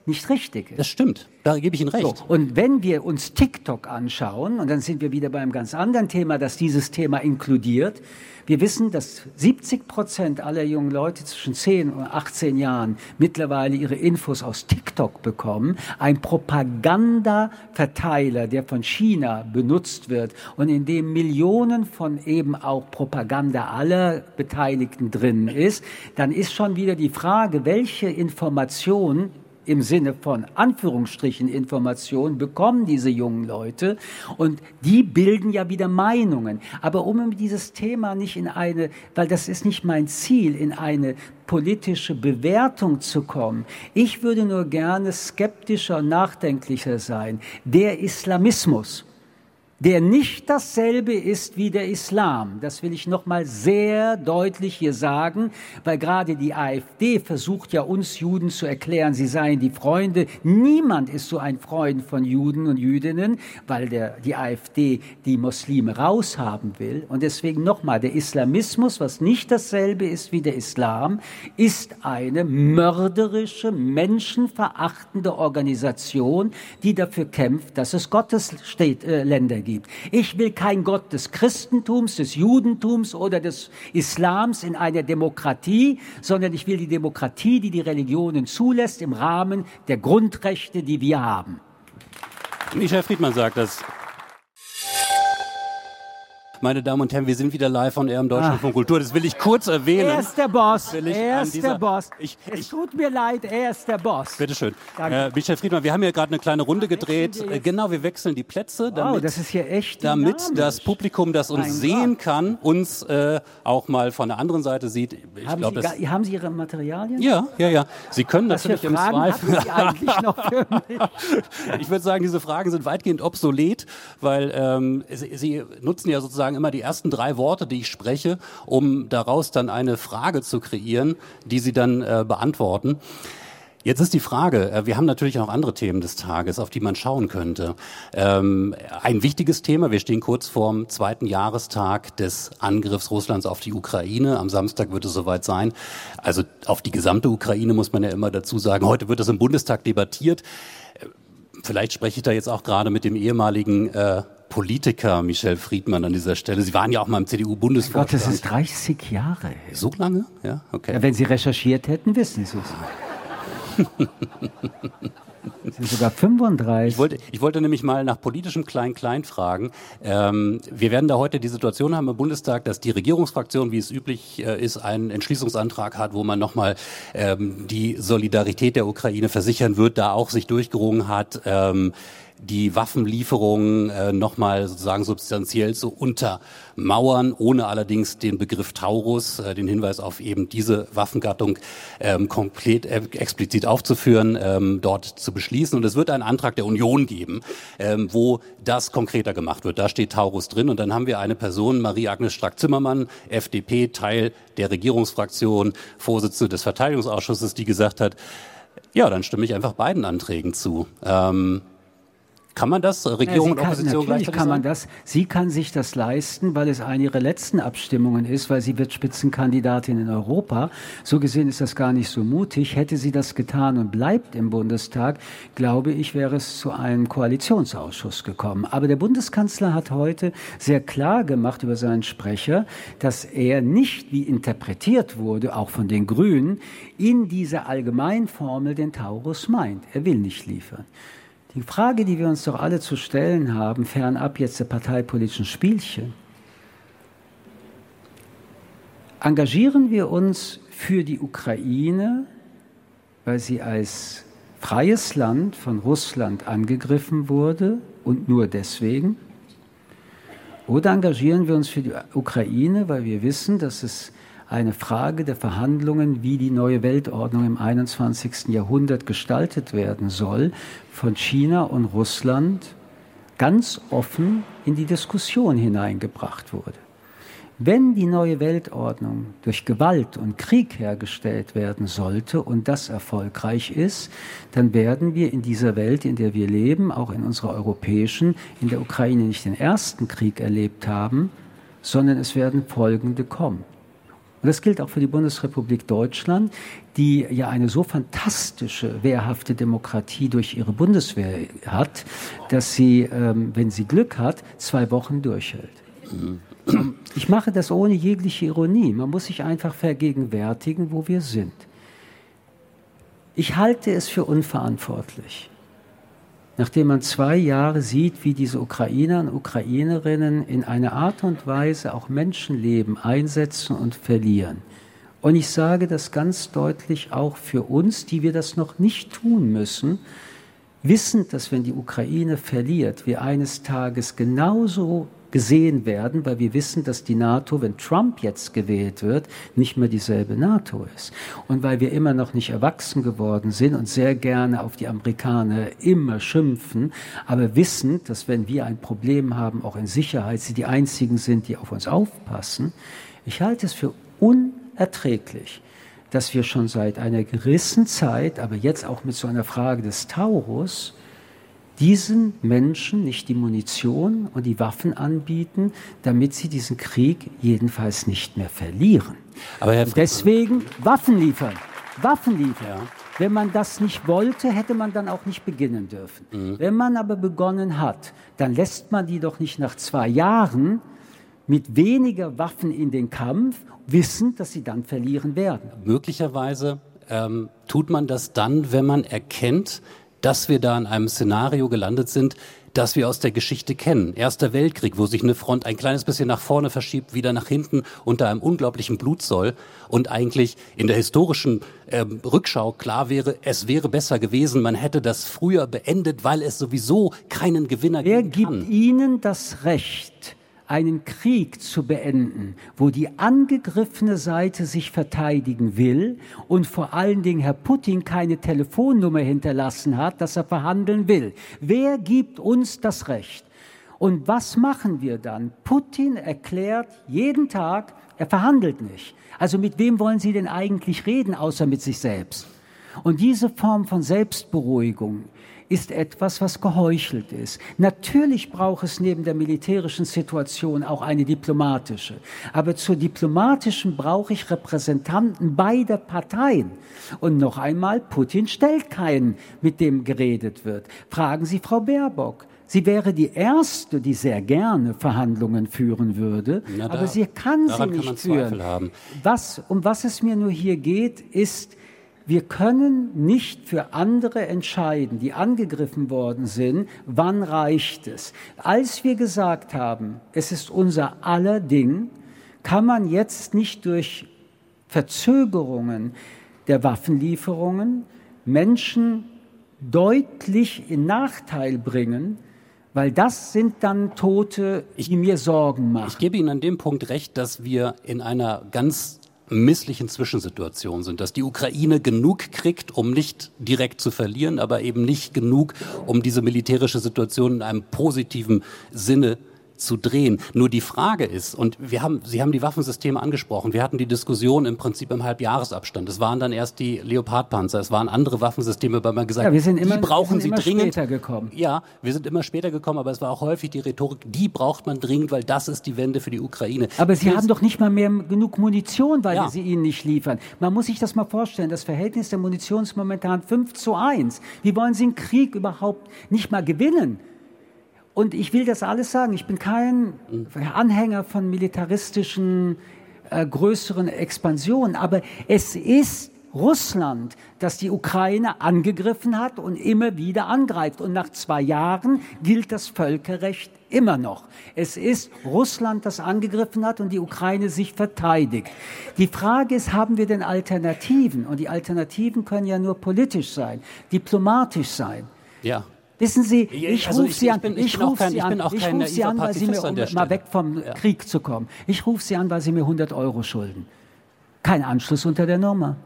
[SPEAKER 3] nicht richtig ist.
[SPEAKER 2] Das stimmt, da gebe ich Ihnen recht.
[SPEAKER 3] So, und wenn wir uns TikTok anschauen, und dann sind wir wieder bei einem ganz anderen Thema, das dieses Thema inkludiert, wir wissen, dass 70% aller jungen Leute zwischen 10 und 18 Jahren mittlerweile ihre Infos aus TikTok bekommen. Ein Propagandaverteiler, der von China benutzt wird und in dem Millionen von eben auch Propaganda aller Beteiligten drin ist, dann ist schon wieder die Frage, welche Information im Sinne von Anführungsstrichen Information bekommen diese jungen Leute und die bilden ja wieder Meinungen. Aber um dieses Thema nicht in eine, weil das ist nicht mein Ziel, in eine politische Bewertung zu kommen. Ich würde nur gerne skeptischer und nachdenklicher sein. Der Islamismus, der nicht dasselbe ist wie der Islam. Das will ich noch mal sehr deutlich hier sagen, weil gerade die AfD versucht ja uns Juden zu erklären, sie seien die Freunde. Niemand ist so ein Freund von Juden und Jüdinnen, weil die AfD die Muslime raushaben will. Und deswegen noch mal, der Islamismus, was nicht dasselbe ist wie der Islam, ist eine mörderische, menschenverachtende Organisation, die dafür kämpft, dass es Gottesländer gibt. Ich will kein Gott des Christentums, des Judentums oder des Islams in einer Demokratie, sondern ich will die Demokratie, die die Religionen zulässt, im Rahmen der Grundrechte, die wir haben.
[SPEAKER 2] Michel Friedmann sagt das. Meine Damen und Herren, wir sind wieder live von im Deutschlandfunk Kultur. Das will ich kurz erwähnen.
[SPEAKER 3] Er ist der Boss. Es tut mir leid, er ist der Boss.
[SPEAKER 2] Bitte schön. Michel Friedmann, wir haben hier gerade eine kleine Runde gedreht. Genau, wir wechseln die Plätze, damit,
[SPEAKER 3] das ist hier echt
[SPEAKER 2] damit das Publikum, das uns sehen kann, uns auch mal von der anderen Seite sieht.
[SPEAKER 3] Haben Sie Ihre Materialien?
[SPEAKER 2] Ja. Sie können natürlich im Zweifel.
[SPEAKER 3] Sie eigentlich noch für mich?
[SPEAKER 2] Ich würde sagen, diese Fragen sind weitgehend obsolet, weil Sie nutzen ja sozusagen immer die ersten 3 Worte, die ich spreche, um daraus dann eine Frage zu kreieren, die Sie dann beantworten. Jetzt ist die Frage, wir haben natürlich auch andere Themen des Tages, auf die man schauen könnte. Ein wichtiges Thema, wir stehen kurz vorm 2. Jahrestag des Angriffs Russlands auf die Ukraine. Am Samstag wird es soweit sein. Also auf die gesamte Ukraine muss man ja immer dazu sagen. Heute wird es im Bundestag debattiert. Vielleicht spreche ich da jetzt auch gerade mit dem ehemaligen Politiker Michel Friedmann an dieser Stelle. Sie waren ja auch mal im CDU-Bundesvorstand.
[SPEAKER 3] Gott, das ist 30 Jahre.
[SPEAKER 2] So lange? Ja, okay.
[SPEAKER 3] Ja, wenn Sie recherchiert hätten, wissen Sie es. Sie sind sogar 35.
[SPEAKER 2] Ich wollte nämlich mal nach politischem Klein-Klein fragen. Wir werden da heute die Situation haben im Bundestag, dass die Regierungsfraktion, wie es üblich ist, einen Entschließungsantrag hat, wo man nochmal die Solidarität der Ukraine versichern wird, da auch sich durchgerungen hat, die Waffenlieferungen nochmal sozusagen substanziell zu untermauern, ohne allerdings den Begriff Taurus, den Hinweis auf eben diese Waffengattung komplett explizit aufzuführen, dort zu beschließen. Und es wird einen Antrag der Union geben, wo das konkreter gemacht wird. Da steht Taurus drin. Und dann haben wir eine Person, Marie-Agnes Strack-Zimmermann, FDP, Teil der Regierungsfraktion, Vorsitzende des Verteidigungsausschusses, die gesagt hat, ja, dann stimme ich einfach beiden Anträgen zu. Kann man das, Regierung und Opposition gleichzeitig
[SPEAKER 3] kann man das. Sie kann sich das leisten, weil es eine ihrer letzten Abstimmungen ist, weil sie wird Spitzenkandidatin in Europa. So gesehen ist das gar nicht so mutig. Hätte sie das getan und bleibt im Bundestag, glaube ich, wäre es zu einem Koalitionsausschuss gekommen. Aber der Bundeskanzler hat heute sehr klar gemacht über seinen Sprecher, dass er nicht, wie interpretiert wurde, auch von den Grünen, in dieser Allgemeinformel den Taurus meint. Er will nicht liefern. Die Frage, die wir uns doch alle zu stellen haben, fernab jetzt der parteipolitischen Spielchen: Engagieren wir uns für die Ukraine, weil sie als freies Land von Russland angegriffen wurde und nur deswegen? Oder engagieren wir uns für die Ukraine, weil wir wissen, dass es eine Frage der Verhandlungen, wie die neue Weltordnung im 21. Jahrhundert gestaltet werden soll, von China und Russland ganz offen in die Diskussion hineingebracht wurde. Wenn die neue Weltordnung durch Gewalt und Krieg hergestellt werden sollte und das erfolgreich ist, dann werden wir in dieser Welt, in der wir leben, auch in unserer europäischen, in der Ukraine nicht den ersten Krieg erlebt haben, sondern es werden folgende kommen. und das gilt auch für die Bundesrepublik Deutschland, die ja eine so fantastische, wehrhafte Demokratie durch ihre Bundeswehr hat, dass sie, wenn sie Glück hat, 2 Wochen durchhält. Ich mache das ohne jegliche Ironie. Man muss sich einfach vergegenwärtigen, wo wir sind. Ich halte es für unverantwortlich, nachdem man 2 Jahre sieht, wie diese Ukrainer und Ukrainerinnen in einer Art und Weise auch Menschenleben einsetzen und verlieren. Und ich sage das ganz deutlich auch für uns, die wir das noch nicht tun müssen, wissend, dass wenn die Ukraine verliert, wir eines Tages genauso gesehen werden, weil wir wissen, dass die NATO, wenn Trump jetzt gewählt wird, nicht mehr dieselbe NATO ist. Und weil wir immer noch nicht erwachsen geworden sind und sehr gerne auf die Amerikaner immer schimpfen, aber wissen, dass wenn wir ein Problem haben, auch in Sicherheit, sie die einzigen sind, die auf uns aufpassen. Ich halte es für unerträglich, dass wir schon seit einer gewissen Zeit, aber jetzt auch mit so einer Frage des Taurus, diesen Menschen nicht die Munition und die Waffen anbieten, damit sie diesen Krieg jedenfalls nicht mehr verlieren.
[SPEAKER 2] Aber Herr
[SPEAKER 3] deswegen Waffen liefern. Waffen liefern.
[SPEAKER 2] Ja.
[SPEAKER 3] Wenn man das nicht wollte, hätte man dann auch nicht beginnen dürfen. Wenn man aber begonnen hat, dann lässt man die doch nicht nach 2 Jahren mit weniger Waffen in den Kampf, wissend, dass sie dann verlieren werden.
[SPEAKER 2] Möglicherweise tut man das dann, wenn man erkennt, dass wir da in einem Szenario gelandet sind, das wir aus der Geschichte kennen. Erster Weltkrieg, wo sich eine Front ein kleines bisschen nach vorne verschiebt, wieder nach hinten unter einem unglaublichen Blutzoll und eigentlich in der historischen Rückschau klar wäre, es wäre besser gewesen, man hätte das früher beendet, weil es sowieso keinen Gewinner geben kann.
[SPEAKER 3] Wer gibt Ihnen das Recht, einen Krieg zu beenden, wo die angegriffene Seite sich verteidigen will und vor allen Dingen Herr Putin keine Telefonnummer hinterlassen hat, dass er verhandeln will? Wer gibt uns das Recht? Und was machen wir dann? Putin erklärt jeden Tag, er verhandelt nicht. Also mit wem wollen Sie denn eigentlich reden, außer mit sich selbst? Und diese Form von Selbstberuhigung ist etwas, was geheuchelt ist. Natürlich braucht es neben der militärischen Situation auch eine diplomatische. Aber zur diplomatischen brauche ich Repräsentanten beider Parteien. Und noch einmal, Putin stellt keinen, mit dem geredet wird. Fragen Sie Frau Baerbock. Sie wäre die Erste, die sehr gerne Verhandlungen führen würde, aber sie kann sie nicht führen. Um was es mir nur hier geht, ist, wir können nicht für andere entscheiden, die angegriffen worden sind, wann reicht es. Als wir gesagt haben, es ist unser aller Ding, kann man jetzt nicht durch Verzögerungen der Waffenlieferungen Menschen deutlich in Nachteil bringen, weil das sind dann Tote, die mir Sorgen machen.
[SPEAKER 2] Ich gebe Ihnen an dem Punkt recht, dass wir in einer ganz misslichen Zwischensituation sind, dass die Ukraine genug kriegt, um nicht direkt zu verlieren, aber eben nicht genug, um diese militärische Situation in einem positiven Sinne zu drehen. Nur die Frage ist, und Sie haben die Waffensysteme angesprochen, wir hatten die Diskussion im Prinzip im Halbjahresabstand. Es waren dann erst die Leopardpanzer, es waren andere Waffensysteme, weil man gesagt hat, die brauchen Sie dringend.
[SPEAKER 3] Später gekommen.
[SPEAKER 2] Ja, wir sind immer später gekommen, aber es war auch häufig die Rhetorik, die braucht man dringend, weil das ist die Wende für die Ukraine.
[SPEAKER 3] Aber Sie haben doch nicht mal mehr genug Munition, weil wir sie Ihnen nicht liefern. Man muss sich das mal vorstellen, das Verhältnis der Munition ist momentan 5:1. Wie wollen Sie einen Krieg überhaupt nicht mal gewinnen? Und ich will das alles sagen, ich bin kein Anhänger von militaristischen, größeren Expansionen, aber es ist Russland, das die Ukraine angegriffen hat und immer wieder angreift. Und nach 2 Jahren gilt das Völkerrecht immer noch. Es ist Russland, das angegriffen hat und die Ukraine sich verteidigt. Die Frage ist, haben wir denn Alternativen? Und die Alternativen können ja nur politisch sein, diplomatisch sein.
[SPEAKER 2] Ja.
[SPEAKER 3] Wissen Sie, ich rufe Sie an, weil Sie mir, um mal weg vom Krieg zu kommen, ich rufe Sie an, weil Sie mir 100 € schulden. Kein Anschluss unter der Nummer.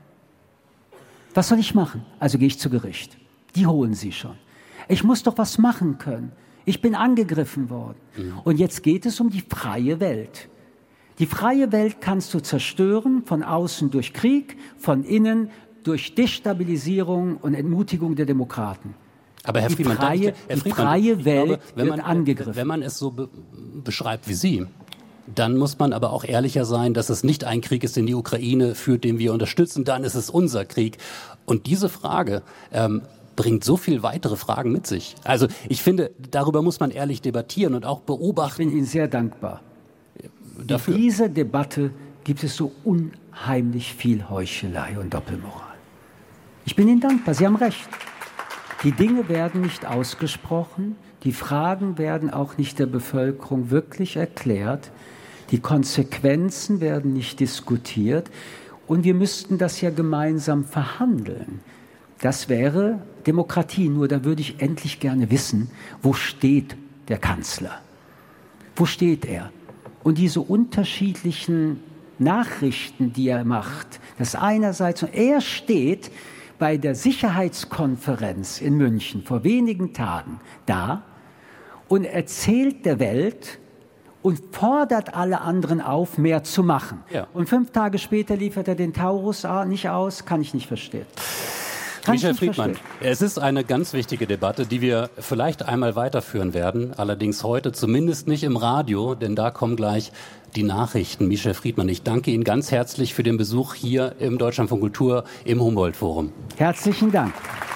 [SPEAKER 3] Was soll ich machen? Also gehe ich zu Gericht. Die holen Sie schon. Ich muss doch was machen können. Ich bin angegriffen worden. Und jetzt geht es um die freie Welt. Die freie Welt kannst du zerstören, von außen durch Krieg, von innen durch Destabilisierung und Entmutigung der Demokraten.
[SPEAKER 2] Aber Herr Friemann,
[SPEAKER 3] die freie Welt wird angegriffen.
[SPEAKER 2] Wenn man es so beschreibt wie Sie, Dann muss man aber auch ehrlicher sein, dass es nicht ein Krieg ist, den die Ukraine führt, den wir unterstützen. Dann ist es unser Krieg. Und diese Frage bringt so viel weitere Fragen mit sich. Also ich finde, darüber muss man ehrlich debattieren und auch beobachten.
[SPEAKER 3] Ich bin Ihnen sehr dankbar.
[SPEAKER 2] Dafür.
[SPEAKER 3] In dieser Debatte gibt es so unheimlich viel Heuchelei und Doppelmoral. Ich bin Ihnen dankbar, Sie haben recht. Die Dinge werden nicht ausgesprochen, die Fragen werden auch nicht der Bevölkerung wirklich erklärt, die Konsequenzen werden nicht diskutiert und wir müssten das ja gemeinsam verhandeln. Das wäre Demokratie, nur da würde ich endlich gerne wissen, wo steht der Kanzler? Wo steht er? Und diese unterschiedlichen Nachrichten, die er macht, das einerseits, er steht bei der Sicherheitskonferenz in München vor wenigen Tagen da und erzählt der Welt und fordert alle anderen auf, mehr zu machen.
[SPEAKER 2] Ja.
[SPEAKER 3] Und 5 Tage später liefert er den Taurus nicht aus, kann ich nicht verstehen.
[SPEAKER 2] Michel Friedmann, es ist eine ganz wichtige Debatte, die wir vielleicht einmal weiterführen werden, allerdings heute zumindest nicht im Radio, denn da kommen gleich die Nachrichten. Michel Friedmann, ich danke Ihnen ganz herzlich für den Besuch hier im Deutschlandfunk Kultur im Humboldt-Forum.
[SPEAKER 3] Herzlichen Dank.